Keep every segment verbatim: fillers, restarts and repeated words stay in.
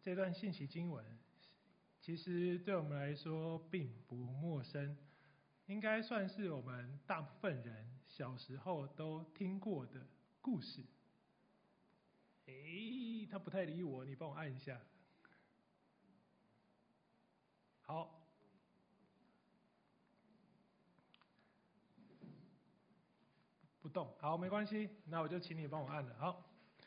这段信息经文，其实对我们来说并不陌生，应该算是我们大部分人小时候都听过的故事。诶，他不太理我，你帮我按一下。好，不动，好，没关系，那我就请你帮我按了。好，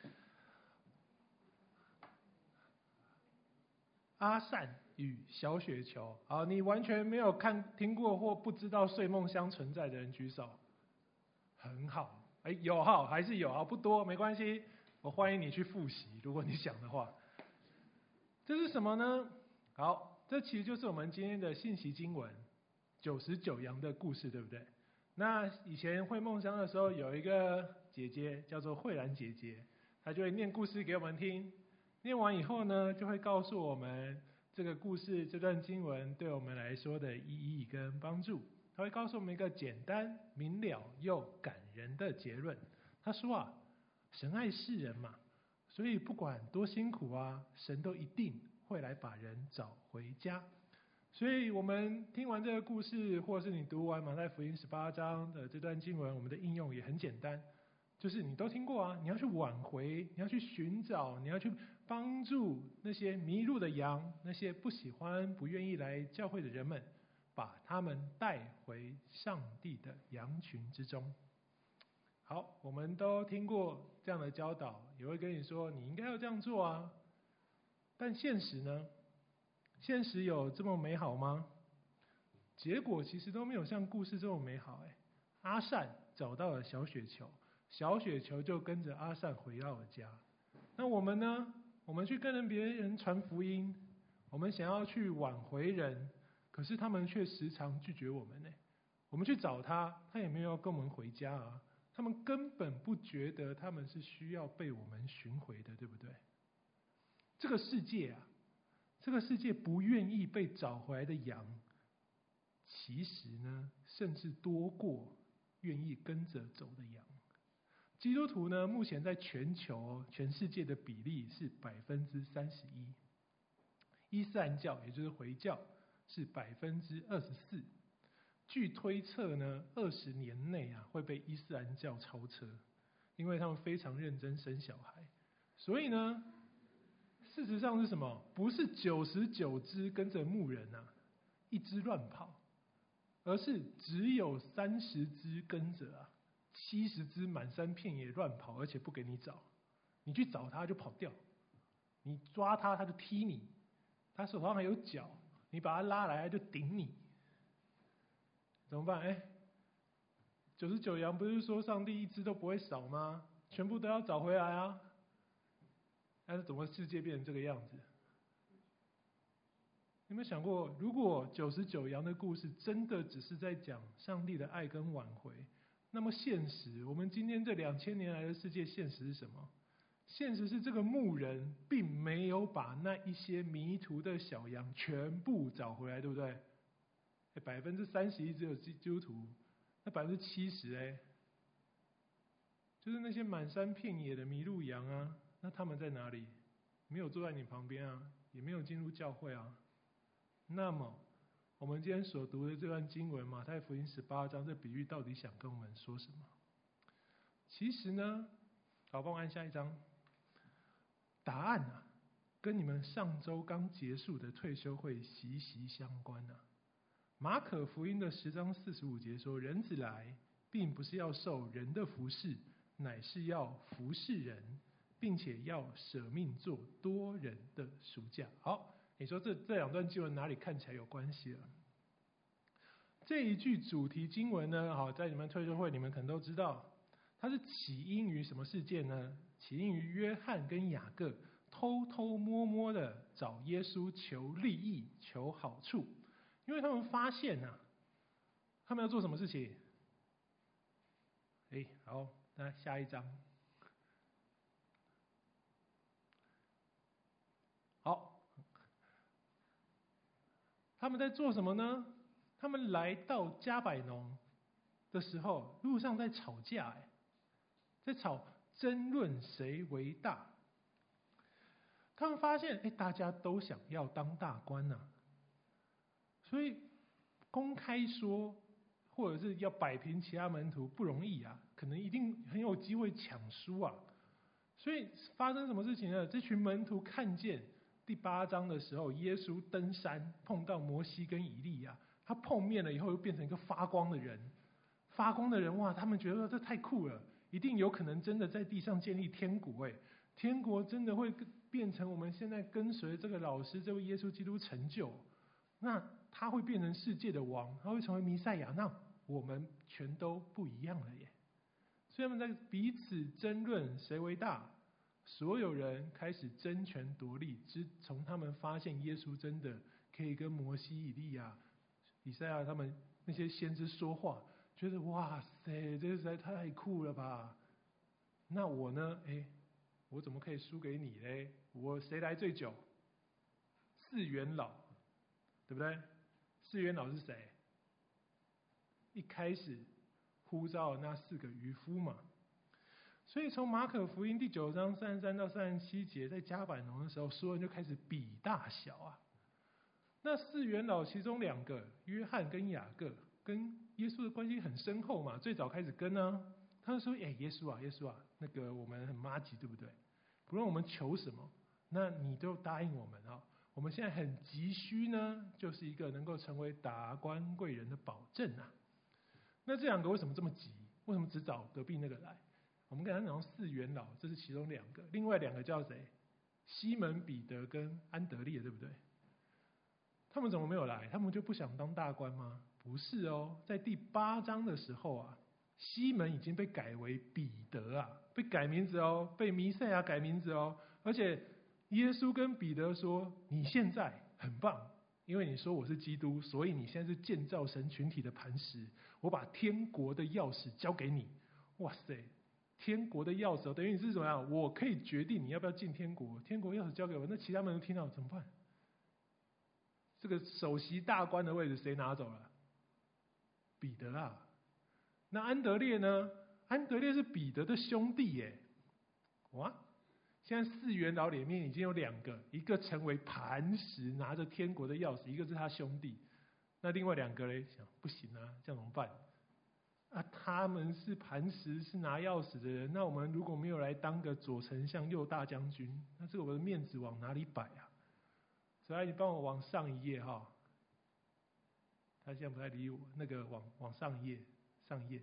阿善与小雪球。好，你完全没有看、听过或不知道睡梦乡存在的人举手。很好，哎，有哈，还是有啊，不多，没关系，我欢迎你去复习，如果你想的话。这是什么呢？好，这其实就是我们今天的信息经文九十九羊的故事，对不对？那以前会梦乡的时候，有一个姐姐叫做慧兰姐姐，她就会念故事给我们听。念完以后呢，就会告诉我们这个故事、这段经文对我们来说的意义跟帮助。她会告诉我们一个简单、明了又感人的结论。她说啊，神爱世人嘛，所以不管多辛苦啊，神都一定会来把人找回家。所以我们听完这个故事，或是你读完马太福音十八章的这段经文，我们的应用也很简单，就是你都听过啊，你要去挽回，你要去寻找，你要去帮助那些迷路的羊，那些不喜欢、不愿意来教会的人们，把他们带回上帝的羊群之中。好，我们都听过这样的教导，也会跟你说你应该要这样做啊。但现实呢？现实有这么美好吗？结果其实都没有像故事这么美好哎。阿善找到了小雪球，小雪球就跟着阿善回到了家。那我们呢？我们去跟人别人传福音，我们想要去挽回人，可是他们却时常拒绝我们呢。我们去找他，他也没有要跟我们回家啊。他们根本不觉得他们是需要被我们寻回的，对不对？这个世界啊，这个世界不愿意被找回来的羊，其实呢，甚至多过愿意跟着走的羊。基督徒呢，目前在全球、全世界的比例是百分之三十一，伊斯兰教也就是回教是百分之二十四。据推测呢，二十年内啊会被伊斯兰教超车，因为他们非常认真生小孩。所以呢，事实上是什么？不是九十九只跟着牧人啊，一只乱跑，而是只有三十只跟着啊，七十只满山遍野乱跑，而且不给你找。你去找他就跑掉，你抓他他就踢你，他手上还有脚，你把他拉来他就顶你。怎么办？哎，九十九羊不是说上帝一只都不会少吗？全部都要找回来啊！但是怎么世界变成这个样子？有没有想过，如果九十九羊的故事真的只是在讲上帝的爱跟挽回，那么现实，我们今天这两千年来的世界现实是什么？现实是这个牧人并没有把那一些迷途的小羊全部找回来，对不对？百分之三十一只有基督徒，那百分之七十哎，就是那些满山遍野的迷路羊啊，那他们在哪里？没有坐在你旁边啊，也没有进入教会啊。那么，我们今天所读的这段经文，马太福音十八章，这比喻到底想跟我们说什么？其实呢，好，帮我按下一章。答案啊，跟你们上周刚结束的退休会息息相关啊。马可福音的十章四十五节说：“人子来，并不是要受人的服侍，乃是要服侍人，并且要舍命做多人的赎价。”好，你说这这两段经文哪里看起来有关系了？这一句主题经文呢，好，在你们退休会你们可能都知道，它是起因于什么事件呢？起因于约翰跟雅各偷偷摸摸的找耶稣求利益、求好处。因为他们发现啊，他们要做什么事情？哎，好，那下一章。好，他们在做什么呢？他们来到加百农的时候，路上在吵架，哎，在吵争论谁为大。 他们发现，哎，大家都想要当大官呐、啊，所以公开说，或者是要摆平其他门徒不容易啊，可能一定很有机会抢输啊。所以发生什么事情呢？这群门徒看见第八章的时候，耶稣登山碰到摩西跟以利亚，他碰面了以后又变成一个发光的人，发光的人哇，他们觉得这太酷了，一定有可能真的在地上建立天国哎。天国真的会变成我们现在跟随这个老师，这位耶稣基督成就，那他会变成世界的王，他会成为弥赛亚，那我们全都不一样了耶。所以他们在彼此争论谁为大，所有人开始争权夺利，自从他们发现耶稣真的可以跟摩西、以利亚、以赛亚他们那些先知说话，觉得哇塞，这实在太酷了吧。那我呢？哎。我怎么可以输给你嘞？我谁来最久？四元老，对不对？四元老是谁？一开始呼召那四个渔夫嘛。所以从马可福音第九章三十三到三十七节，在加百农的时候，所有人就开始比大小啊。那四元老其中两个，约翰跟雅各，跟耶稣的关系很深厚嘛，最早开始跟呢、啊。他就说：“哎，耶稣啊，耶稣啊，那个我们很麻吉，对不对？不论我们求什么，那你都答应我们啊。我们现在很急需呢，就是一个能够成为达官贵人的保证啊。那这两个为什么这么急？为什么只找隔壁那个来？我们刚才讲四元老，这是其中两个，另外两个叫谁？西门彼得跟安德烈，对不对？他们怎么没有来？他们就不想当大官吗？不是哦，在第八章的时候啊。”西门已经被改为彼得啊，被改名字哦，被弥赛亚改名字哦。而且耶稣跟彼得说：“你现在很棒，因为你说我是基督，所以你现在是建造神群体的磐石。我把天国的钥匙交给你。”哇塞，天国的钥匙、哦、等于你是怎么样？我可以决定你要不要进天国，天国钥匙交给我。那其他门徒听到怎么办？这个首席大官的位置谁拿走了？彼得啊。那安德烈呢？安德烈是彼得的兄弟耶，哇！现在四元老里面已经有两个，一个成为磐石，拿着天国的钥匙，一个是他兄弟。那另外两个嘞，想不行啊，这样怎么办？啊，他们是磐石，是拿钥匙的人，那我们如果没有来当个左丞相、右大将军，那这个我的面子往哪里摆啊？所以你帮我往上一页哈。他现在不太理我，那个往往上一页。上页，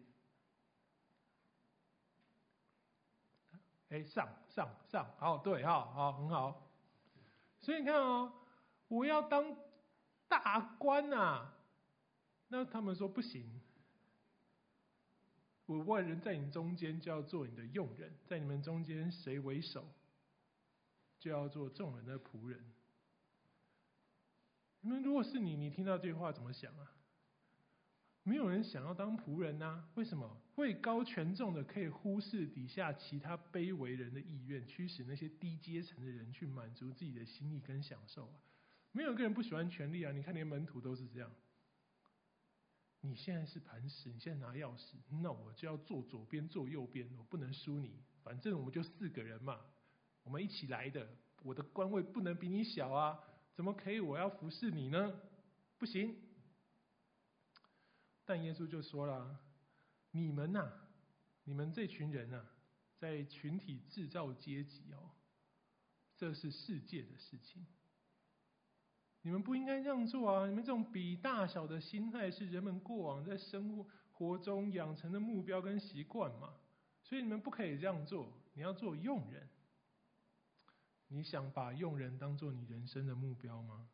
哎，上上上，好，对，好好，很好。所以你看哦，我要当大官啊，那他们说不行。我外人在你中间就要做你的用人，在你们中间谁为首，就要做众人的仆人。你们如果是你，你听到这句话怎么想啊？没有人想要当仆人啊，为什么？位高权重的可以忽视底下其他卑微人的意愿，驱使那些低阶层的人去满足自己的心意跟享受啊。没有一个人不喜欢权力啊，你看连门徒都是这样。你现在是磐石，你现在拿钥匙，那我就要坐左边坐右边，我不能输你。反正我们就四个人嘛，我们一起来的，我的官位不能比你小啊，怎么可以我要服侍你呢？不行。但耶稣就说了：“你们呐、啊，你们这群人啊，在群体制造阶级哦，这是世界的事情。你们不应该这样做啊！你们这种比大小的心态，是人们过往在生活中养成的目标跟习惯嘛。所以你们不可以这样做，你要做用人。你想把用人当做你人生的目标吗？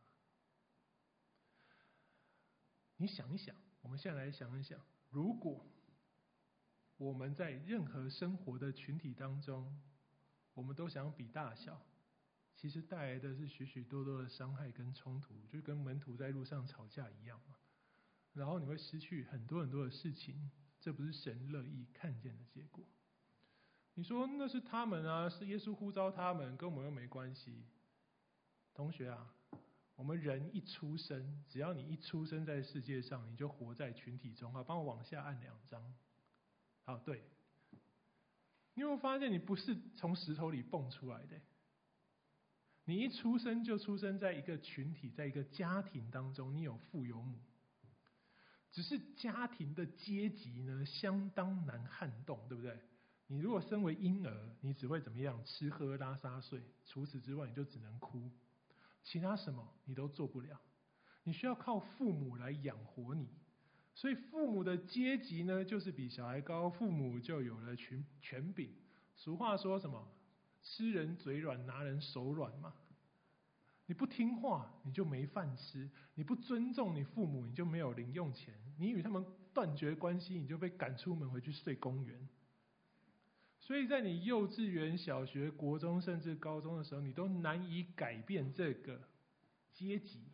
你想一想。”我们现在来想一想，如果我们在任何生活的群体当中，我们都想比大小，其实带来的是许许多多的伤害跟冲突，就跟门徒在路上吵架一样嘛。然后你会失去很多很多的事情，这不是神乐意看见的结果。你说那是他们啊，是耶稣呼召他们，跟我们又没关系。同学啊，我们人一出生，只要你一出生在世界上，你就活在群体中。好，帮我往下按两张。好，对。你有没有发现，你不是从石头里蹦出来的？ 你一出生就出生在一个群体，在一个家庭当中，你有父有母。只是家庭的阶级呢，相当难撼动，对不对？你如果身为婴儿，你只会怎么样？吃喝拉撒睡，除此之外，你就只能哭，其他什么你都做不了。你需要靠父母来养活你，所以父母的阶级呢，就是比小孩高，父母就有了权权柄。俗话说什么？吃人嘴软，拿人手软嘛。你不听话，你就没饭吃；你不尊重你父母，你就没有零用钱；你与他们断绝关系，你就被赶出门回去睡公园。所以在你幼稚园、小学、国中甚至高中的时候，你都难以改变这个阶级。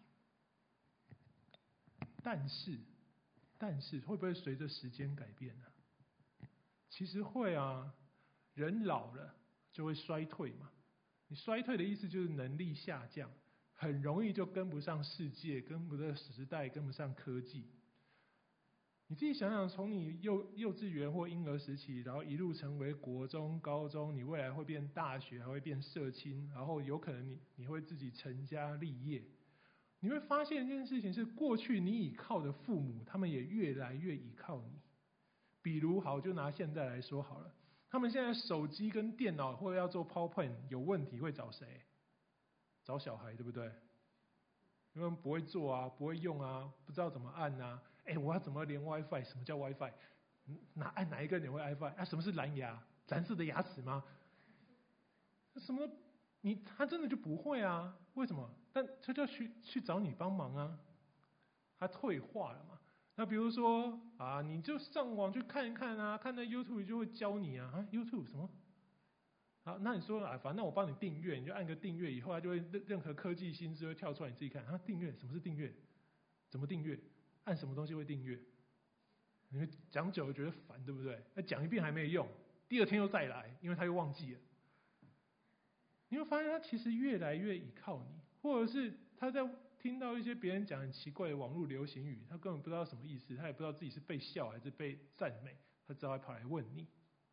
但是，但是会不会随着时间改变呢？其实会啊，人老了就会衰退嘛。你衰退的意思就是能力下降，很容易就跟不上世界，跟不上时代，跟不上科技。你自己想想，从你幼幼稚园或婴儿时期，然后一路成为国中、高中，你未来会变大学，还会变社青，然后有可能你你会自己成家立业。你会发现一件事情是，过去你倚靠的父母，他们也越来越倚靠你。比如，好，就拿现在来说好了。他们现在手机跟电脑或者要做 PowerPoint 有问题会找谁？找小孩，对不对？因为不会做啊，不会用啊，不知道怎么按啊。哎，我要怎么连 WiFi？ 什么叫 WiFi？ 哪按哪一个连 WiFi？ 啊，什么是蓝牙？蓝色的牙齿吗？什么？你他真的就不会啊？为什么？但他就要去去找你帮忙啊。他退化了嘛？那比如说啊，你就上网去看一看啊，看那 YouTube 就会教你啊。啊 YouTube 什么？好，那你说啊，反正我帮你订阅，你就按个订阅，以后它就会任任何科技新知会跳出来，你自己看啊。订阅什么是订阅？怎么订阅？按什么东西会订阅？你会讲久了觉得烦，对不对？那讲一遍还没有用，第二天又再来，因为他又忘记了。你会发现他其实越来越依靠你，或者是他在听到一些别人讲很奇怪的网络流行语，他根本不知道什么意思，他也不知道自己是被笑还是被赞美，他只好跑来问你。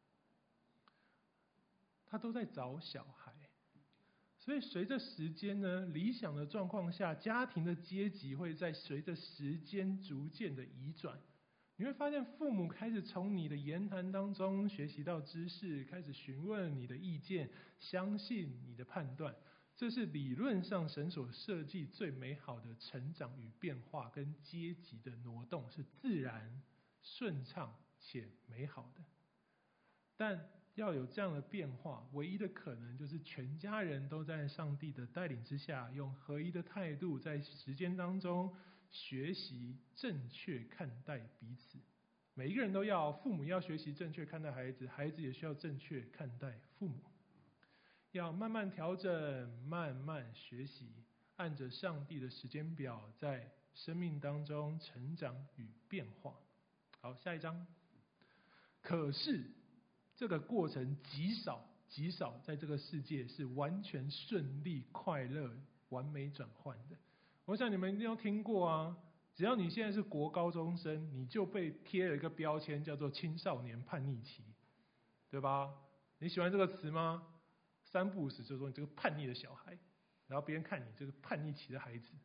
他都在找小孩，所以随着时间呢，理想的状况下，家庭的阶级会在随着时间逐渐的移转。你会发现，父母开始从你的言谈当中学习到知识，开始询问你的意见，相信你的判断。这是理论上神所设计最美好的成长与变化，跟阶级的挪动是自然、顺畅且美好的。但要有这样的变化，唯一的可能就是全家人都在上帝的带领之下，用合一的态度，在时间当中学习正确看待彼此。每一个人都要，父母要学习正确看待孩子，孩子也需要正确看待父母。要慢慢调整，慢慢学习，按着上帝的时间表，在生命当中成长与变化。好，下一章。可是这个过程极少极少，在这个世界是完全顺利、快乐、完美转换的。我想你们一定都听过啊，只要你现在是国高中生，你就被贴了一个标签，叫做青少年叛逆期，对吧？你喜欢这个词吗？三不五时就说你这个叛逆的小孩，然后别人看你这个叛逆期的孩子。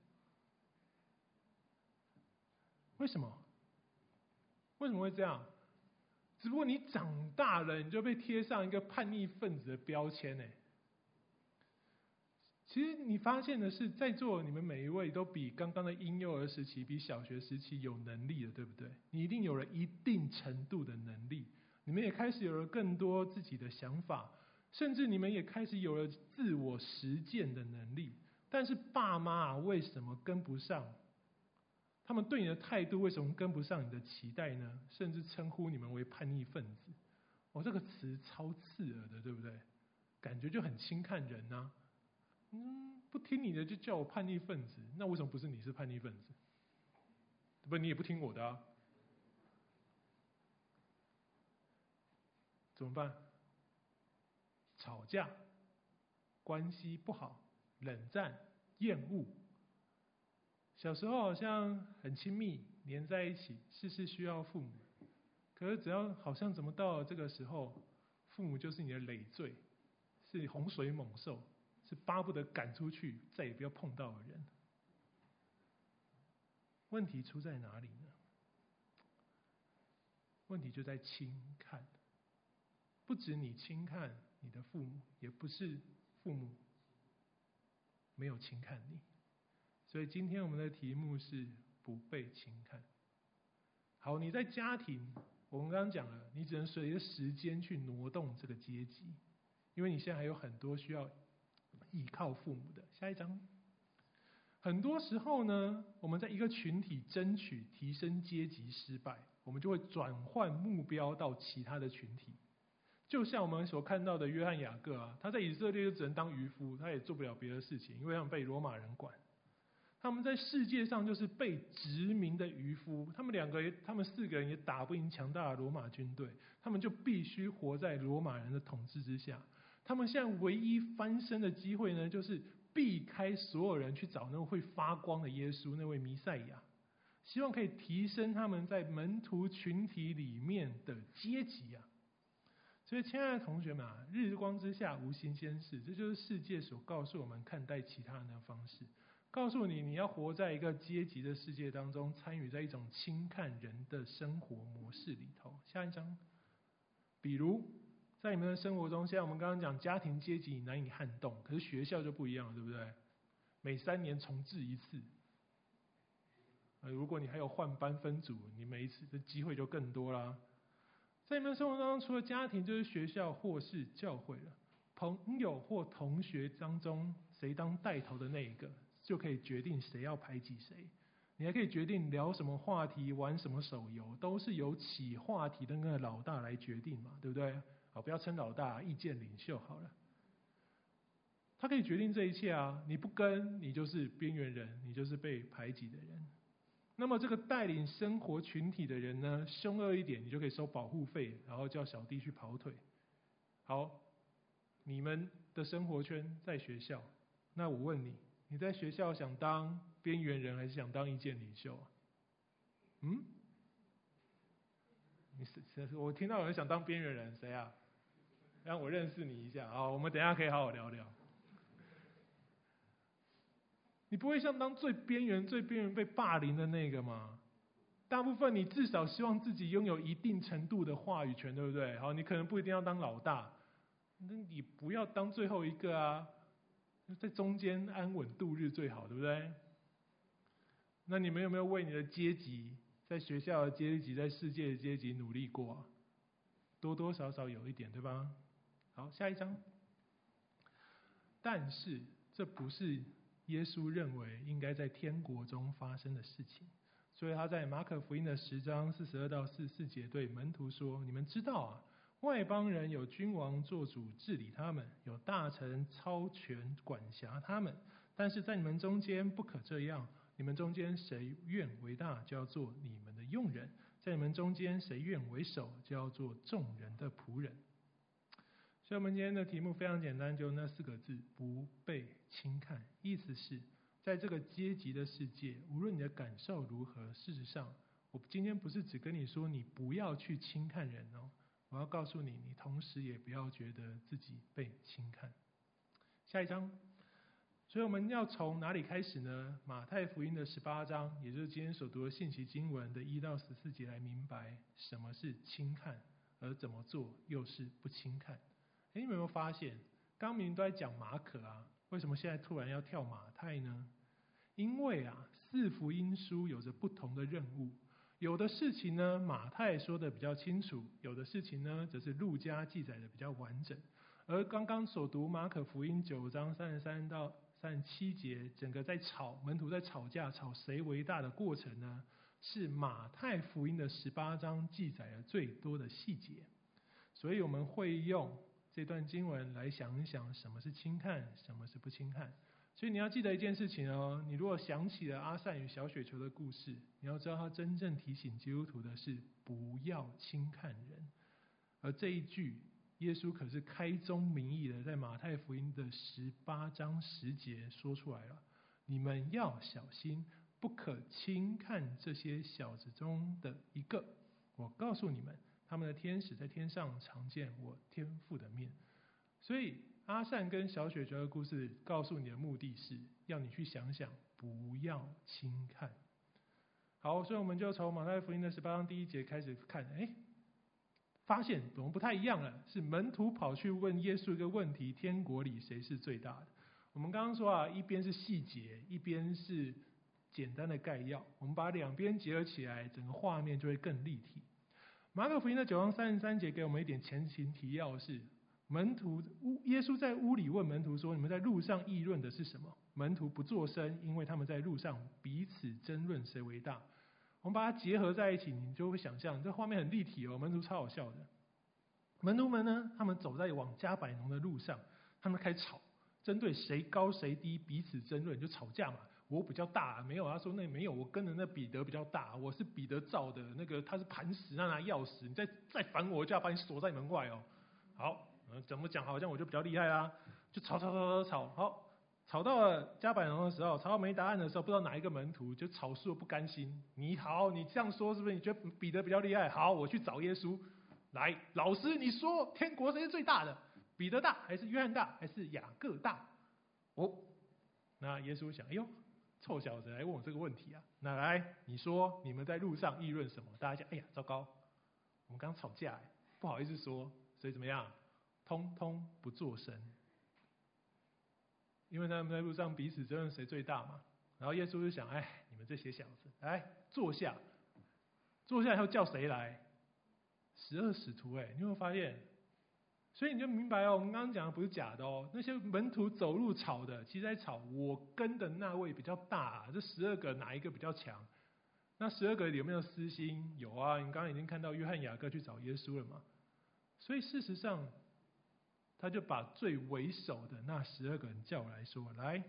为什么？为什么会这样？只不过你长大了，你就被贴上一个叛逆分子的标签呢。其实你发现的是，在座你们每一位都比刚刚的婴幼儿时期、比小学时期有能力了，对不对？你一定有了一定程度的能力，你们也开始有了更多自己的想法，甚至你们也开始有了自我实践的能力。但是爸妈为什么跟不上？他们对你的态度为什么跟不上你的期待呢？甚至称呼你们为叛逆分子。哦，这个词超刺耳的，对不对？感觉就很轻看人啊。嗯，不听你的就叫我叛逆分子，那为什么不是你是叛逆分子？不，你也不听我的啊，怎么办？吵架，关系不好，冷战，厌恶。小时候好像很亲密，黏在一起，事事需要父母。可是只要好像怎么到了这个时候，父母就是你的累赘，是洪水猛兽， 是巴不得赶出去，再也不要碰到的人。问题出在哪里呢？问题就在轻看。不止你轻看你的父母，也不是父母没有轻看你。所以今天我们的题目是不被轻看。好，你在家庭，我们刚刚讲了，你只能随着时间去挪动这个阶级，因为你现在还有很多需要依靠父母的。下一章。很多时候呢，我们在一个群体争取提升阶级失败，我们就会转换目标到其他的群体。就像我们所看到的约翰雅各啊，他在以色列就只能当渔夫，他也做不了别的事情，因为他们被罗马人管。他们在世界上就是被殖民的渔夫，他们两个，他们四个人也打不赢强大的罗马军队，他们就必须活在罗马人的统治之下。他们现在唯一翻身的机会呢，就是避开所有人去找那位会发光的耶稣，那位弥赛亚，希望可以提升他们在门徒群体里面的阶级啊。所以，亲爱的同学们啊，日光之下无新鲜事，这就是世界所告诉我们看待其他人的方式。告诉你，你要活在一个阶级的世界当中，参与在一种轻看人的生活模式里头。下一章，比如在你们的生活中，现在我们刚刚讲家庭阶级难以撼动，可是学校就不一样了，对不对？每三年重置一次，呃，如果你还有换班分组，你每一次的机会就更多啦。在你们生活当中，除了家庭，就是学校或是教会了。朋友或同学当中，谁当带头的那一个，就可以决定谁要排挤谁。你还可以决定聊什么话题，玩什么手游，都是由起话题的那个老大来决定嘛，对不对？好，不要称老大，意见领袖好了。他可以决定这一切啊！你不跟，你就是边缘人，你就是被排挤的人。那么这个带领生活群体的人呢，凶恶一点，你就可以收保护费，然后叫小弟去跑腿。好，你们的生活圈在学校，那我问你，你在学校想当边缘人，还是想当意见领袖啊？嗯？你是我听到有人想当边缘人，谁啊？让我认识你一下啊！我们等一下可以好好聊聊。你不会想当最边缘、最边缘被霸凌的那个吗？大部分你至少希望自己拥有一定程度的话语权，对不对？好，你可能不一定要当老大，那你不要当最后一个啊，在中间安稳度日最好，对不对？那你们有没有为你的阶级，在学校的阶级，在世界的阶级努力过啊？多多少少有一点，对吧？好，下一章。但是这不是耶稣认为应该在天国中发生的事情，所以他在马可福音的十章四十二到四十四节对门徒说：“你们知道啊，外邦人有君王做主治理他们，有大臣操权管辖他们，但是在你们中间不可这样。你们中间谁愿为大，就要做你们的用人；在你们中间谁愿为首，就要做众人的仆人。”所以，我们今天的题目非常简单，就那四个字：不被轻看。意思是，在这个阶级的世界，无论你的感受如何，事实上，我今天不是只跟你说你不要去轻看人哦，我要告诉你，你同时也不要觉得自己被轻看。下一章。所以我们要从哪里开始呢？马太福音的十八章，也就是今天所读的信息经文的一到十四节来明白什么是轻看，而怎么做又是不轻看。哎，你们有没有发现，刚明明都在讲马可啊，为什么现在突然要跳马太呢？因为啊，四福音书有着不同的任务，有的事情呢，马太说的比较清楚，有的事情呢，则是路加记载的比较完整。而刚刚所读马可福音九章三十三到三十七节，整个在吵门徒在吵架，吵谁为大的过程呢，是马太福音的十八章记载了最多的细节。所以我们会用这段经文来想一想，什么是轻看，什么是不轻看。所以你要记得一件事情哦，你如果想起了阿善与小雪球的故事，你要知道他真正提醒基督徒的是不要轻看人。而这一句耶稣可是开宗明义的，在马太福音的十八章十节说出来了：你们要小心，不可轻看这些小子中的一个。我告诉你们，他们的天使在天上常见我天父的面。所以阿善跟小雪球的故事告诉你的目的是要你去想想，不要轻看。好，所以我们就从马太福音的十八章第一节开始看，哎，发现怎么不太一样了？是门徒跑去问耶稣一个问题：天国里谁是最大的？我们刚刚说啊，一边是细节，一边是简单的概要，我们把两边结合起来，整个画面就会更立体。马可福音的九章三十三节给我们一点前情提要是：门徒耶稣在屋里问门徒说：“你们在路上议论的是什么？”门徒不作声，因为他们在路上彼此争论谁为大。我们把它结合在一起，你就会想象这画面很立体哦。门徒超好笑的，门徒们呢，他们走在往加百农的路上，他们开始吵，针对谁高谁低彼此争论，就吵架嘛。我比较大，没有，他说那没有，我跟着那彼得比较大，我是彼得造的，那个他是磐石，那拿钥匙，你再再烦我，就要把你锁在门外哦。好，呃、怎么讲好像我就比较厉害啊，就吵吵吵吵吵，好，吵到了加百农的时候，吵到没答案的时候，不知道哪一个门徒就吵输了不甘心，你好，你这样说是不是？你觉得彼得比较厉害？好，我去找耶稣，来，老师你说天国谁是最大的？彼得大还是约翰大还是雅各大？哦，那耶稣想，哎呦。臭小子来问我这个问题啊！那来，你说你们在路上议论什么？大家讲，哎呀，糟糕，我们刚吵架，不好意思说，所以怎么样？通通不作声，因为他们在路上彼此争论谁最大嘛。然后耶稣就想，哎，你们这些小子，来坐下，坐下以后叫谁来？十二使徒，哎，你有没有发现？所以你就明白哦，我们刚刚讲的不是假的哦。那些门徒走路吵的，其实在吵我跟的那位比较大，这十二个哪一个比较强？那十二个有没有私心？有啊，你刚刚已经看到约翰、雅各去找耶稣了嘛。所以事实上，他就把最为首的那十二个人叫来说：“来，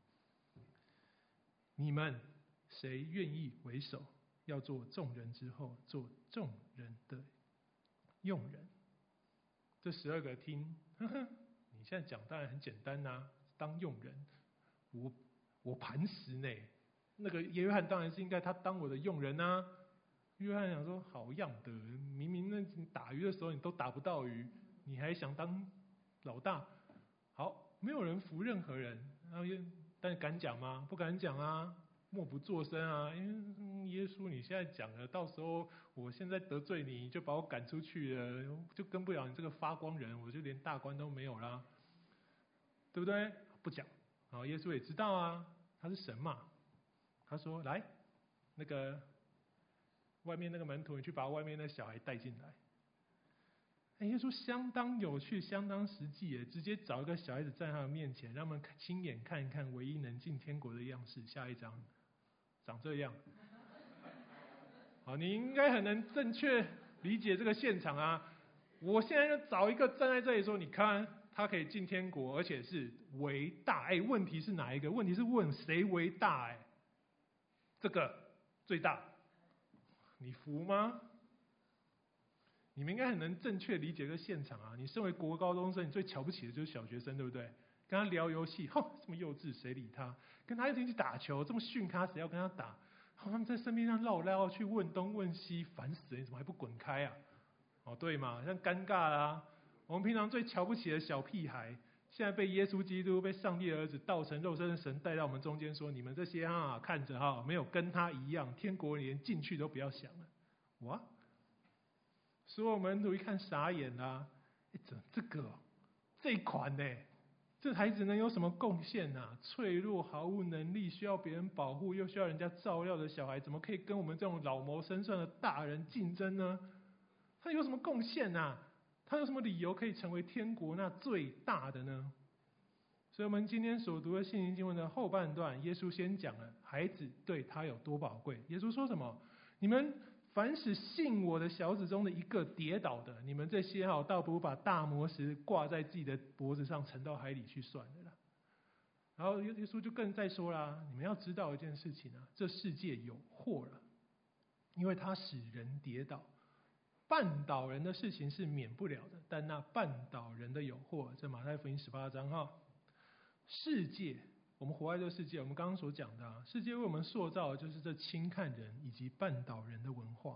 你们谁愿意为首，要做众人之后，做众人的用人？”这十二个听，呵呵，你现在讲当然很简单呐、啊，当用人，我我磐石呢，那个约翰当然是应该他当我的用人啊。约翰想说，好样的，明明那你打鱼的时候你都打不到鱼，你还想当老大？好，没有人服任何人，然后但敢讲吗？不敢讲啊。默不作声啊，因为耶稣你现在讲了，到时候我现在得罪你，就把我赶出去了，就跟不了你这个发光人，我就连大官都没有啦，对不对？不讲，然后耶稣也知道啊，他是神嘛，他说来，那个外面那个门徒，你去把外面那小孩带进来。哎，耶稣相当有趣，相当实际耶，直接找一个小孩子站在他的面前，让他们亲眼看一看唯一能进天国的样式。下一章。长这样，好，你应该很能正确理解这个现场啊！我现在就找一个站在这里说，你看他可以进天国，而且是为大。哎，问题是哪一个？问题是问谁为大？哎，这个最大，你服吗？你们应该很能正确理解这个现场啊！你身为国高中生，你最瞧不起的就是小学生，对不对？跟他聊游戏，吼，这么幼稚，谁理他？跟他一起去打球，这么训他，谁要跟他打？他们在身边上绕来绕去，问东问西，烦死了！你怎么还不滚开啊？哦，对嘛，像尴尬啦、啊。我们平常最瞧不起的小屁孩，现在被耶稣基督、被上帝的儿子道成肉身的神带到我们中间，说：你们这些啊，看着哈，没有跟他一样，天国连进去都不要想了。哇！所有门徒一看傻眼啦、啊，哎，这这个这一款呢？这孩子能有什么贡献啊？脆弱、毫无能力、需要别人保护又需要人家照料的小孩，怎么可以跟我们这种老谋深算的大人竞争呢？他有什么贡献啊？他有什么理由可以成为天国那最大的呢？所以我们今天所读的信息经文的后半段，耶稣先讲了孩子对他有多宝贵。耶稣说什么？你们凡使信我的小子中的一个跌倒的，你们这些哈，倒不如把大磨石挂在自己的脖子上，沉到海里去算了啦。然后耶稣就更再说啦，你们要知道一件事情啊，这世界有祸了，因为它使人跌倒。绊倒人的事情是免不了的，但那绊倒人的有祸，这马太福音十八章哈。世界，我们活在这个世界，我们刚刚所讲的啊，世界为我们塑造的就是这轻看人以及绊倒人的文化。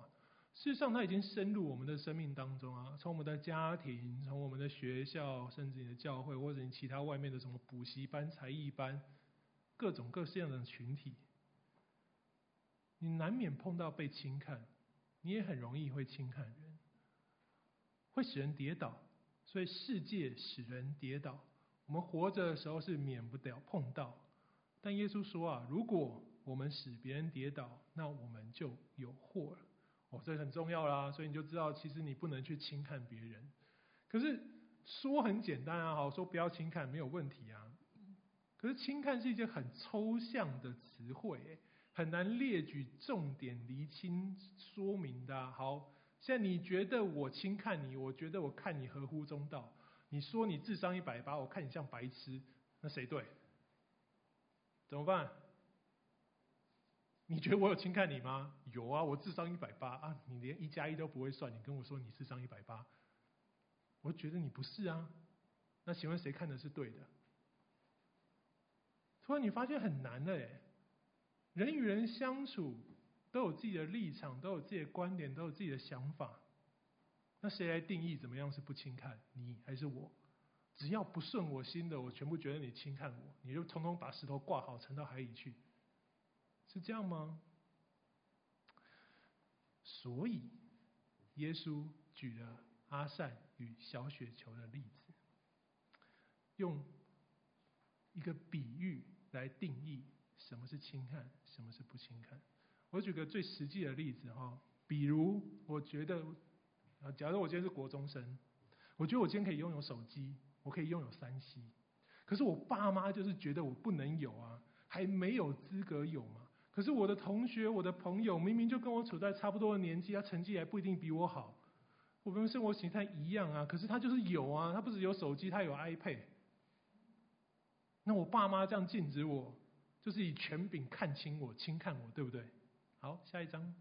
事实上，它已经深入我们的生命当中啊，从我们的家庭，从我们的学校，甚至你的教会，或者你其他外面的什么补习班、才艺班，各种各式样的群体，你难免碰到被轻看，你也很容易会轻看人，会使人跌倒。所以世界使人跌倒，我们活着的时候是免不了碰到。但耶稣说啊，如果我们使别人跌倒，那我们就有祸了。哦，这很重要啦，所以你就知道，其实你不能去轻看别人。可是说很简单啊，好说不要轻看没有问题啊。可是轻看是一件很抽象的词汇，很难列举重点厘清说明的啊。好，现在你觉得我轻看你，我觉得我看你合乎中道。你说你智商一百八，我看你像白痴，那谁对？怎么办？你觉得我有轻看你吗？有啊，我智商一百八啊，你连一加一都不会算，你跟我说你智商一百八，我觉得你不是啊。那请问谁看的是对的？突然你发现很难了耶，人与人相处都有自己的立场，都有自己的观点，都有自己的想法。那谁来定义怎么样是不轻看？你还是我？只要不顺我心的，我全部觉得你轻看我，你就统统把石头挂好，沉到海里去。是这样吗？所以，耶稣举了阿善与小雪球的例子，用一个比喻来定义什么是轻看，什么是不轻看。我举个最实际的例子哈，比如我觉得，啊，假如我今天是国中生，我觉得我今天可以拥有手机，我可以拥有三 C， 可是我爸妈就是觉得我不能有啊，还没有资格有嘛。可是我的同学、我的朋友明明就跟我处在差不多的年纪，他成绩还不一定比我好，我们生活形态一样啊，可是他就是有啊，他不只有手机，他有 iPad。那我爸妈这样禁止我，就是以权柄看轻我、轻看我，对不对？好，下一章。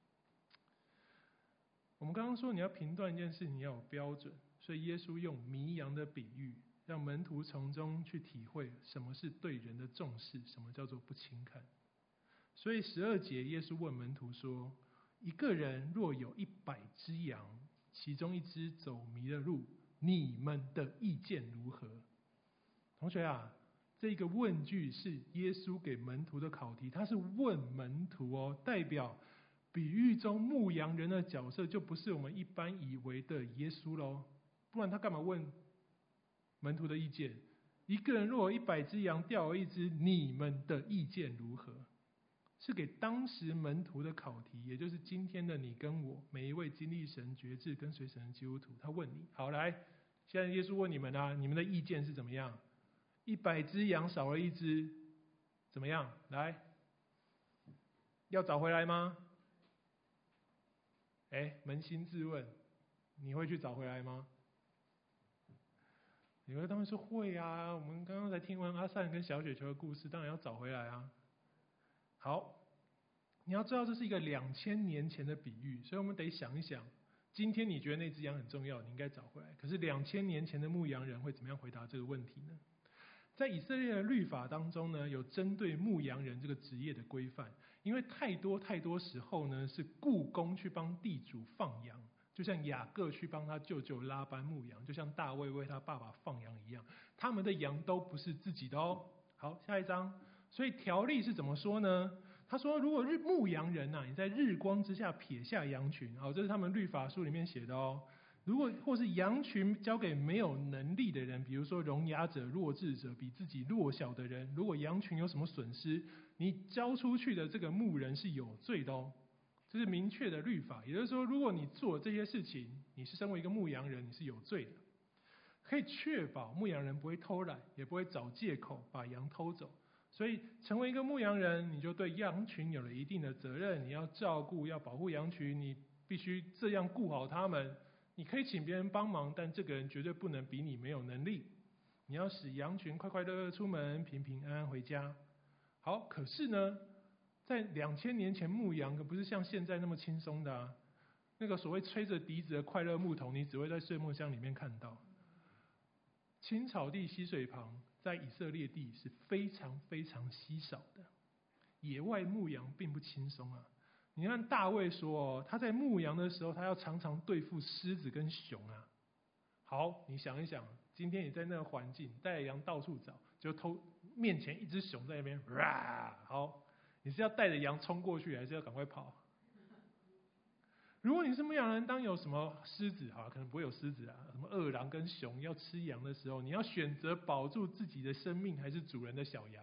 我们刚刚说你要评断一件事，你要有标准，所以耶稣用迷羊的比喻，让门徒从中去体会什么是对人的重视，什么叫做不轻看。所以十二节，耶稣问门徒说：“一个人若有一百只羊，其中一只走迷了路，你们的意见如何？”同学啊，这个问句是耶稣给门徒的考题，他是问门徒哦，代表比喻中牧羊人的角色就不是我们一般以为的耶稣喽，不然他干嘛问门徒的意见？一个人若有一百只羊，掉了一只，你们的意见如何？是给当时门徒的考题，也就是今天的你跟我，每一位经历神觉志跟随神的基督徒，他问你：好，来，现在耶稣问你们啊，你们的意见是怎么样？一百只羊少了一只，怎么样？来，要找回来吗？哎，扪心自问，你会去找回来吗？你会当然说会啊，我们刚刚才听完阿善跟小雪球的故事，当然要找回来啊。好，你要知道这是一个两千年前的比喻，所以我们得想一想，今天你觉得那只羊很重要，你应该找回来。可是两千年前的牧羊人会怎么样回答这个问题呢？在以色列的律法当中呢，有针对牧羊人这个职业的规范，因为太多太多时候呢是雇工去帮地主放羊，就像雅各去帮他舅舅拉班牧羊，就像大卫为他爸爸放羊一样，他们的羊都不是自己的哦。好，下一章。所以条例是怎么说呢？他说，如果日牧羊人啊，你在日光之下撇下羊群，好，这是他们律法书里面写的哦。如果或是羊群交给没有能力的人，比如说聋哑者、弱智者、比自己弱小的人，如果羊群有什么损失，你交出去的这个牧人是有罪的哦。这是明确的律法，也就是说，如果你做这些事情，你是身为一个牧羊人，你是有罪的。可以确保牧羊人不会偷懒，也不会找借口把羊偷走。所以，成为一个牧羊人，你就对羊群有了一定的责任。你要照顾、要保护羊群，你必须这样顾好他们。你可以请别人帮忙，但这个人绝对不能比你没有能力。你要使羊群快快乐乐出门，平平安安回家。好，可是呢，在两千年前牧羊可不是像现在那么轻松的啊。那个所谓吹着笛子的快乐牧童，你只会在睡梦乡里面看到。青草地、溪水旁，在以色列地是非常非常稀少的。野外牧羊并不轻松啊， 你看大卫说哦，他在牧羊的时候，他要常常对付狮子跟熊啊。好，你想一想，今天你在那个环境，带着羊到处找，就偷面前一只熊在那边，哇！好，你是要带着羊冲过去，还是要赶快跑？如果你是牧羊人，当有什么狮子，好，可能不会有狮子啊，什么饿狼跟熊要吃羊的时候，你要选择保住自己的生命，还是主人的小羊？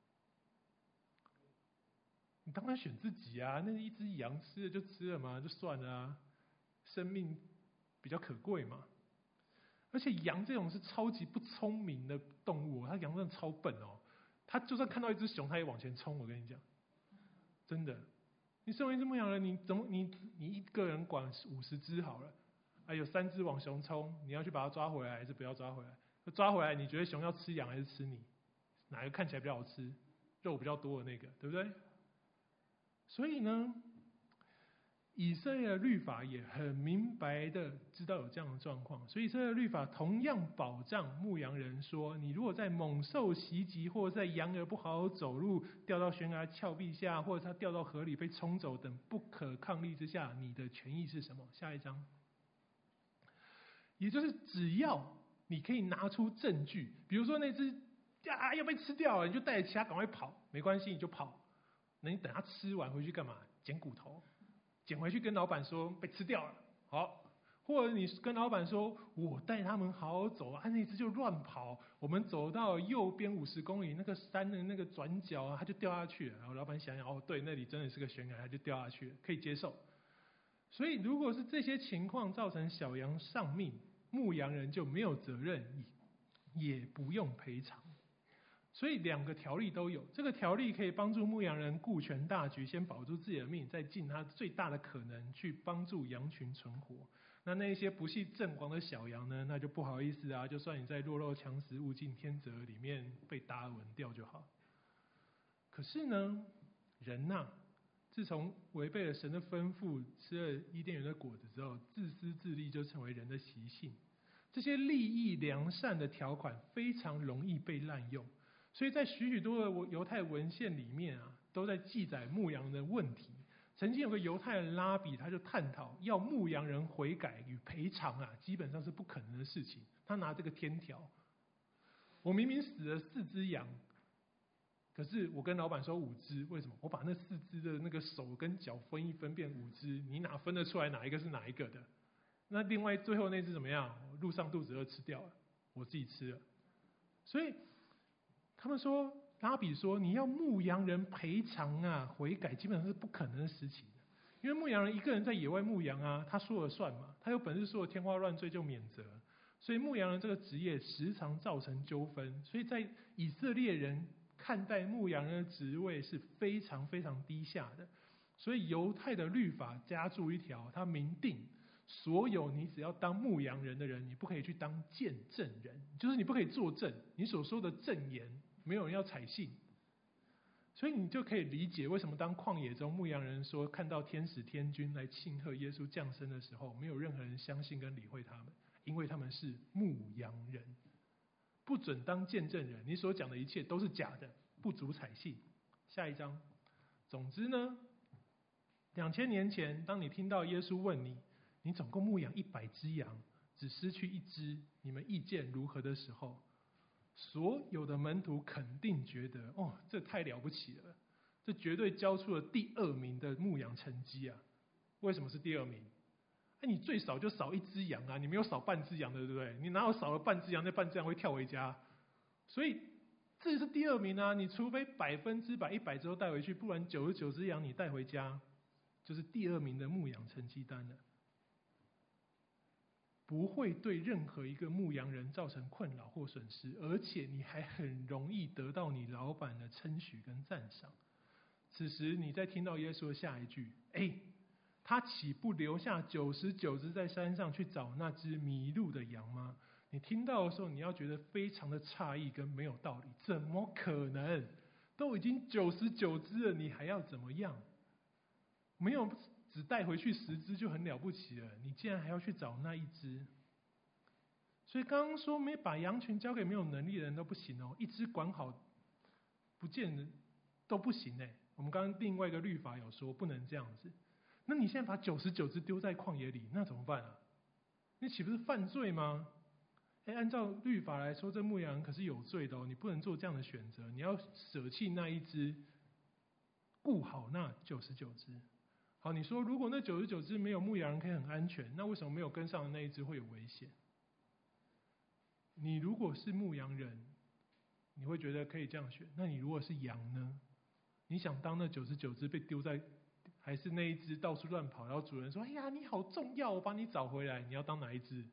你当然选自己啊，那一只羊吃了就吃了嘛，就算了啊，生命比较可贵嘛。而且羊这种是超级不聪明的动物，它羊真的超笨哦，它就算看到一只熊，它也往前冲。我跟你讲，真的。你身为一只牧羊人，你怎么你你一个人管五十只好了，啊有三只往熊冲，你要去把它抓回来还是不要抓回来？抓回来，你觉得熊要吃羊还是吃你？哪个看起来比较好吃，肉比较多的那个，对不对？所以呢，以色列的律法也很明白的知道有这样的状况，所以以色列的律法同样保障牧羊人说，你如果在猛兽袭击，或者在羊儿不好好走路，掉到悬崖峭壁下，或者它掉到河里被冲走等不可抗力之下，你的权益是什么？下一章，也就是只要你可以拿出证据，比如说那只啊要被吃掉了，你就带着其他赶快跑，没关系，你就跑。那你等它吃完回去干嘛？捡骨头。捡回去跟老板说被吃掉了，好，或者你跟老板说，我带他们好好走啊，那只就乱跑，我们走到右边五十公里那个山的那个转角啊，他就掉下去了。然后老板想想，哦，对，那里真的是个悬崖，他就掉下去了，可以接受。所以如果是这些情况造成小羊丧命，牧羊人就没有责任，也不用赔偿。所以两个条例都有，这个条例可以帮助牧羊人顾全大局，先保住自己的命，再尽他最大的可能去帮助羊群存活。那那一些不系正黄的小羊呢，那就不好意思啊，就算你在弱肉强食、物竞天择里面被达尔文掉就好。可是呢，人呐、啊，自从违背了神的吩咐，吃了伊甸园的果子之后，自私自利就成为人的习性。这些利益良善的条款非常容易被滥用。所以在许许多的犹太文献里面啊，都在记载牧羊人的问题。曾经有个犹太人拉比，他就探讨要牧羊人悔改与赔偿啊，基本上是不可能的事情。他拿这个天条，我明明死了四只羊，可是我跟老板说五只，为什么？我把那四只的那个手跟脚分一分变五只，你哪分得出来哪一个是哪一个的？那另外最后那只怎么样？路上肚子饿吃掉了，我自己吃了。所以他们说，拉比说，你要牧羊人赔偿啊、悔改，基本上是不可能的事情。因为牧羊人一个人在野外牧羊啊，他说了算嘛，他有本事说的天花乱坠就免责。所以牧羊人这个职业时常造成纠纷，所以在以色列人看待牧羊人的职位是非常非常低下的。所以犹太的律法加注一条，他明定所有你只要当牧羊人的人，你不可以去当见证人，就是你不可以作证，你所说的证言没有人要采信。所以你就可以理解为什么当旷野中牧羊人说看到天使天君来庆贺耶稣降生的时候，没有任何人相信跟理会他们，因为他们是牧羊人，不准当见证人，你所讲的一切都是假的，不足采信。下一章，总之呢，两千年前，当你听到耶稣问你，你总共牧养一百只羊，只失去一只，你们意见如何的时候，所有的门徒肯定觉得，哦，这太了不起了，这绝对交出了第二名的牧羊成绩啊！为什么是第二名？哎，你最少就少一只羊啊，你没有少半只羊的，对不对？你哪有少了半只羊，那半只羊会跳回家？所以这是第二名啊！你除非百分之百一百只都带回去，不然九十九只羊你带回家，就是第二名的牧养成绩单了。不会对任何一个牧羊人造成困扰或损失，而且你还很容易得到你老板的称许跟赞赏。此时你再听到耶稣的下一句，哎，他岂不留下九十九只在山上去找那只迷路的羊吗？你听到的时候，你要觉得非常的诧异跟没有道理，怎么可能？都已经九十九只了，你还要怎么样？没有只带回去十只就很了不起了，你竟然还要去找那一只。所以刚刚说没把羊群交给没有能力的人都不行哦，一只管好不见得都不行哎。 我们刚刚另外一个律法有说不能这样子，那你现在把九十九只丢在旷野里，那怎么办啊？你岂不是犯罪吗？哎，按照律法来说，这牧羊人可是有罪的哦，你不能做这样的选择，你要舍弃那一只，顾好那九十九只。好，你说如果那九十九只没有牧羊人可以很安全，那为什么没有跟上的那一只会有危险？你如果是牧羊人，你会觉得可以这样选，那你如果是羊呢？你想当那九十九只被丢在，还是那一只到处乱跑，然后主人说：“哎呀，你好重要，我把你找回来。”你要当哪一只？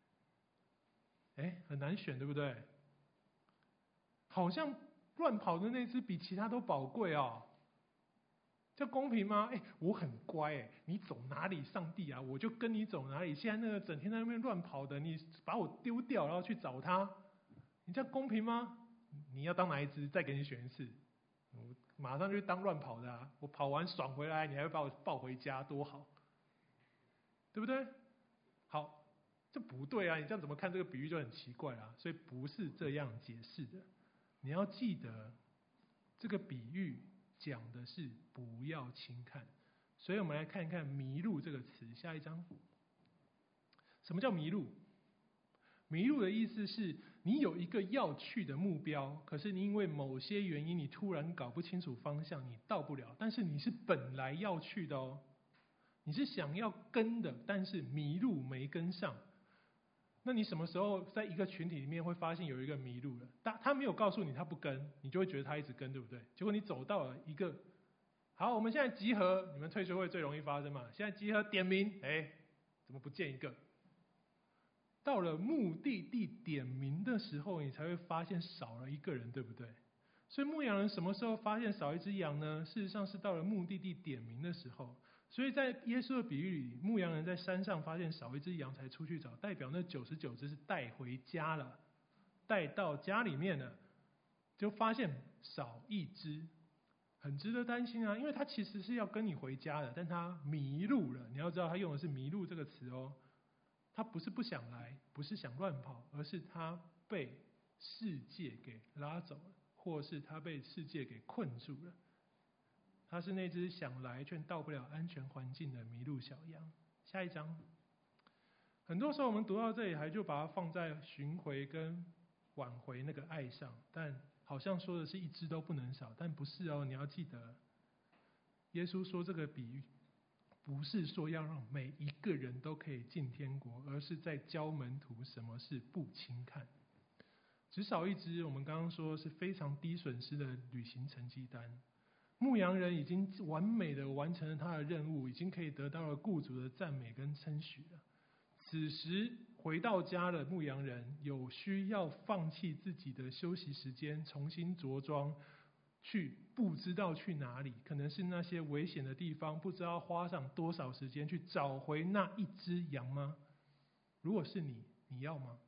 哎，很难选，对不对？好像乱跑的那只比其他都宝贵哦，这公平吗？哎，我很乖哎，你走哪里，上帝啊，我就跟你走哪里。现在那个整天在那边乱跑的，你把我丢掉，然后去找他，你这样公平吗？你要当哪一只？再给你选一次，我马上就当乱跑的啊！我跑完爽回来，你还会把我抱回家，多好，对不对？好，这不对啊！你这样怎么看这个比喻就很奇怪啊！所以不是这样解释的。你要记得，这个比喻讲的是不要轻看。所以我们来看一看"迷路"这个词，下一章。什么叫迷路？迷路的意思是你有一个要去的目标，可是你因为某些原因，你突然搞不清楚方向，你到不了。但是你是本来要去的哦，你是想要跟的，但是迷路没跟上。那你什么时候在一个群体里面会发现有一个迷路了？他他没有告诉你他不跟，你就会觉得他一直跟，对不对？结果你走到了一个，好，我们现在集合，你们退休会最容易发生嘛？现在集合点名，哎，怎么不见一个？到了目的地点名的时候，你才会发现少了一个人，对不对？所以牧羊人什么时候发现少一只羊呢？事实上是到了目的地点名的时候。所以在耶稣的比喻里，牧羊人在山上发现少一只羊才出去找，代表那九十九只是带回家了，带到家里面了，就发现少一只，很值得担心啊！因为他其实是要跟你回家的，但他迷路了。你要知道，他用的是“迷路”这个词哦。他不是不想来，不是想乱跑，而是他被世界给拉走了，或是他被世界给困住了。他是那只想来却到不了安全环境的迷路小羊。下一章，很多时候我们读到这里，还就把它放在寻回跟挽回那个爱上，但好像说的是一只都不能少，但不是哦。你要记得，耶稣说这个比喻，不是说要让每一个人都可以进天国，而是在教门徒什么是不轻看。只少一只，我们刚刚说是非常低损失的旅行成绩单。牧羊人已经完美的完成了他的任务，已经可以得到了雇主的赞美跟称许了。此时回到家的牧羊人有需要放弃自己的休息时间，重新着装，去不知道去哪里，可能是那些危险的地方，不知道花上多少时间去找回那一只羊吗？如果是你，你要吗？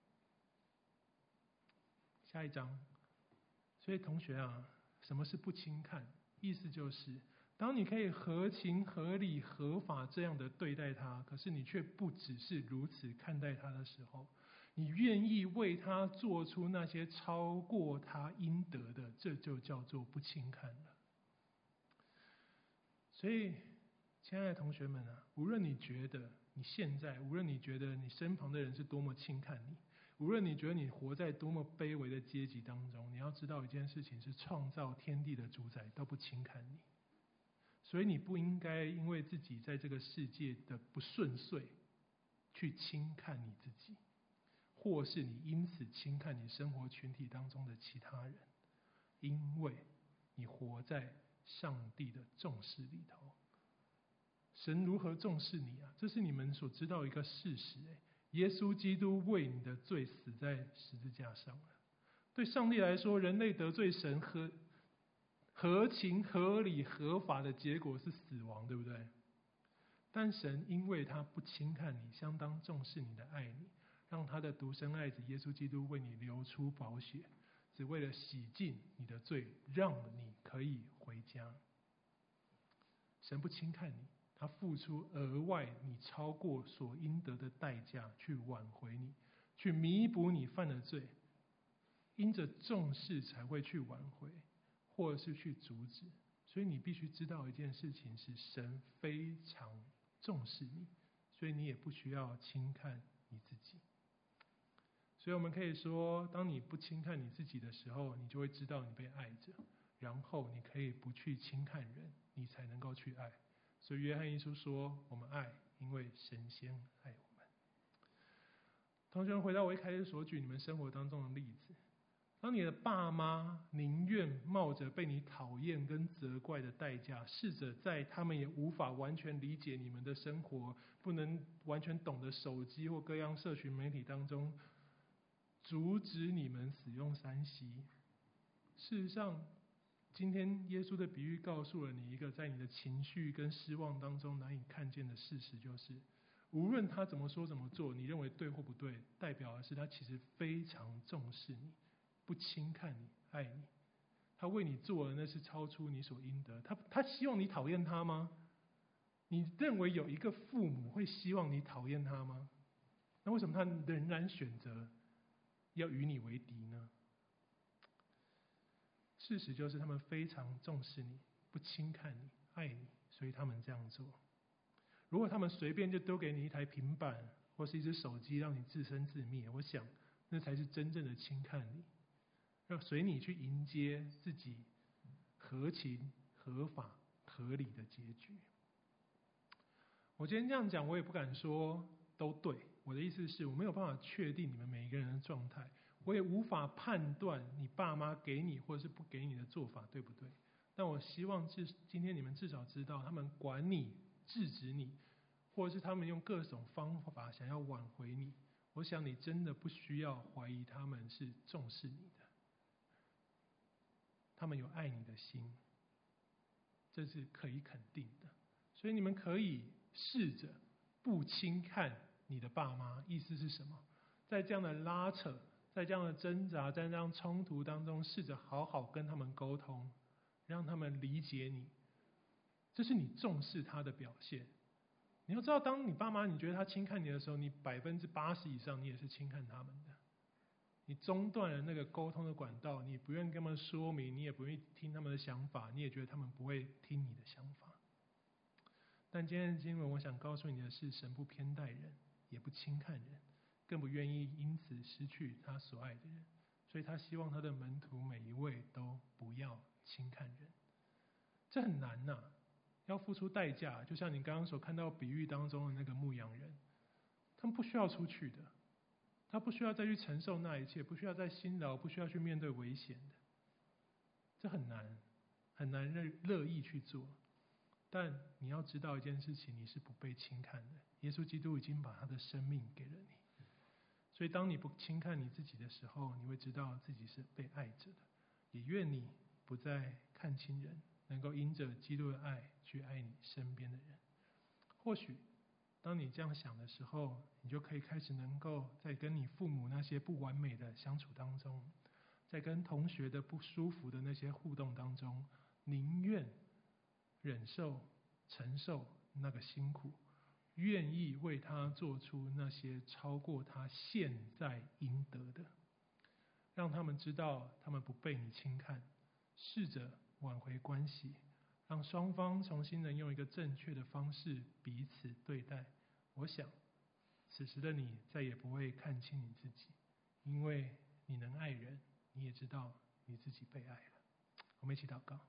下一章。所以同学啊，什么是不轻看？意思就是，当你可以合情合理合法这样的对待他，可是你却不只是如此看待他的时候，你愿意为他做出那些超过他应得的，这就叫做不轻看了。所以，亲爱的同学们啊，无论你觉得你现在，无论你觉得你身旁的人是多么轻看你，无论你觉得你活在多么卑微的阶级当中，你要知道一件事情是创造天地的主宰都不轻看你。所以你不应该因为自己在这个世界的不顺遂，去轻看你自己，或是你因此轻看你生活群体当中的其他人，因为你活在上帝的重视里头。神如何重视你啊？这是你们所知道一个事实。耶稣基督为你的罪死在十字架上了。对上帝来说，人类得罪神和合情合理合法的结果是死亡，对不对？但神因为他不轻看你，相当重视你的爱你，让他的独生爱子耶稣基督为你流出宝血，只为了洗净你的罪，让你可以回家。神不轻看你，他付出额外你超过所应得的代价去挽回你，去弥补你犯的罪。因着重视才会去挽回，或者是去阻止。 所以你必须知道一件事情是，神非常重视你，所以你也不需要轻看你自己。所以我们可以说，当你不轻看你自己的时候，你就会知道你被爱着，然后你可以不去轻看人，你才能够去爱。所以约翰一书说，我们爱，因为神先爱我们。同学们，回到我一开始所举你们生活当中的例子，当你的爸妈宁愿冒着被你讨厌跟责怪的代价，试着在他们也无法完全理解你们的生活，不能完全懂得手机或各样社群媒体当中阻止你们使用三 C。 事实上，今天耶稣的比喻告诉了你一个在你的情绪跟失望当中难以看见的事实，就是无论他怎么说怎么做，你认为对或不对，代表的是他其实非常重视你，不轻看你，爱你。他为你做的那是超出你所应得。他他希望你讨厌他吗？你认为有一个父母会希望你讨厌他吗？那为什么他仍然选择要与你为敌呢？事实就是他们非常重视你，不轻看你，爱你，所以他们这样做。如果他们随便就丢给你一台平板或是一只手机让你自生自灭，我想那才是真正的轻看你，要随你去迎接自己合情合法合理的结局。我今天这样讲，我也不敢说都对。我的意思是，我没有办法确定你们每一个人的状态，我也无法判断你爸妈给你或者是不给你的做法对不对。但我希望至今天你们至少知道，他们管你、制止你，或者是他们用各种方法想要挽回你，我想你真的不需要怀疑他们是重视你的，他们有爱你的心，这是可以肯定的。所以你们可以试着不轻看你的爸妈。意思是什么？在这样的拉扯，在这样的挣扎，在这样冲突当中，试着好好跟他们沟通，让他们理解你，这是你重视他的表现。你要知道，当你爸妈你觉得他轻看你的时候，你百分之八十以上你也是轻看他们的。你中断了那个沟通的管道，你不愿跟他们说明，你也不愿意听他们的想法，你也觉得他们不会听你的想法。但今天的经文，我想告诉你的是，神不偏待人，也不轻看人，更不愿意因此失去他所爱的人。所以他希望他的门徒每一位都不要轻看人。这很难呐、啊，要付出代价。就像你刚刚所看到比喻当中的那个牧羊人，他们不需要出去的，他不需要再去承受那一切，不需要再辛劳，不需要去面对危险的。这很难，很难乐乐意去做。但你要知道一件事情，你是不被轻看的。耶稣基督已经把他的生命给了你，所以当你不轻看你自己的时候，你会知道自己是被爱着的。也愿你不再看轻人，能够因着基督的爱去爱你身边的人。或许当你这样想的时候，你就可以开始能够在跟你父母那些不完美的相处当中，在跟同学的不舒服的那些互动当中，宁愿忍受、承受那个辛苦，愿意为他做出那些超过他现在应得的，让他们知道他们不被你轻看，试着挽回关系，让双方重新能用一个正确的方式彼此对待。我想，此时的你再也不会看清你自己，因为你能爱人，你也知道你自己被爱了。我们一起祷告。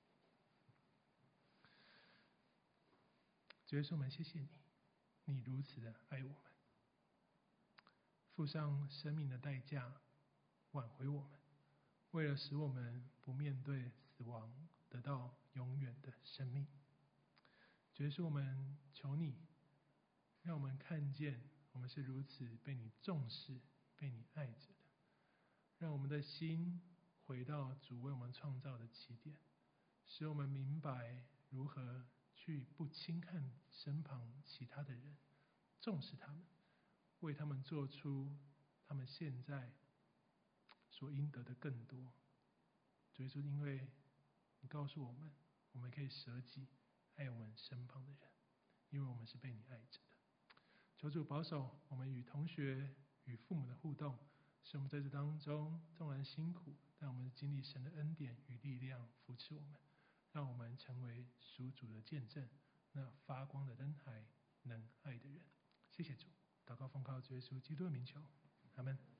主耶稣，我们谢谢你，你如此的爱我们，付上生命的代价挽回我们，为了使我们不面对死亡，得到永远的生命。主耶稣，我们求你，让我们看见我们是如此被你重视、被你爱着的，让我们的心回到主为我们创造的起点，使我们明白如何去不轻看身旁其他的人，重视他们，为他们做出他们现在所应得的更多。主耶稣，因为你告诉我们，我们可以舍己爱我们身旁的人，因为我们是被你爱着的。求主保守我们与同学、与父母的互动，使我们在这当中纵然辛苦，但我们经历神的恩典与力量扶持我们，让我们们成为属主的见证，那发光的灯台，能爱的人。谢谢主，祷告奉靠主耶稣基督的名求，阿门。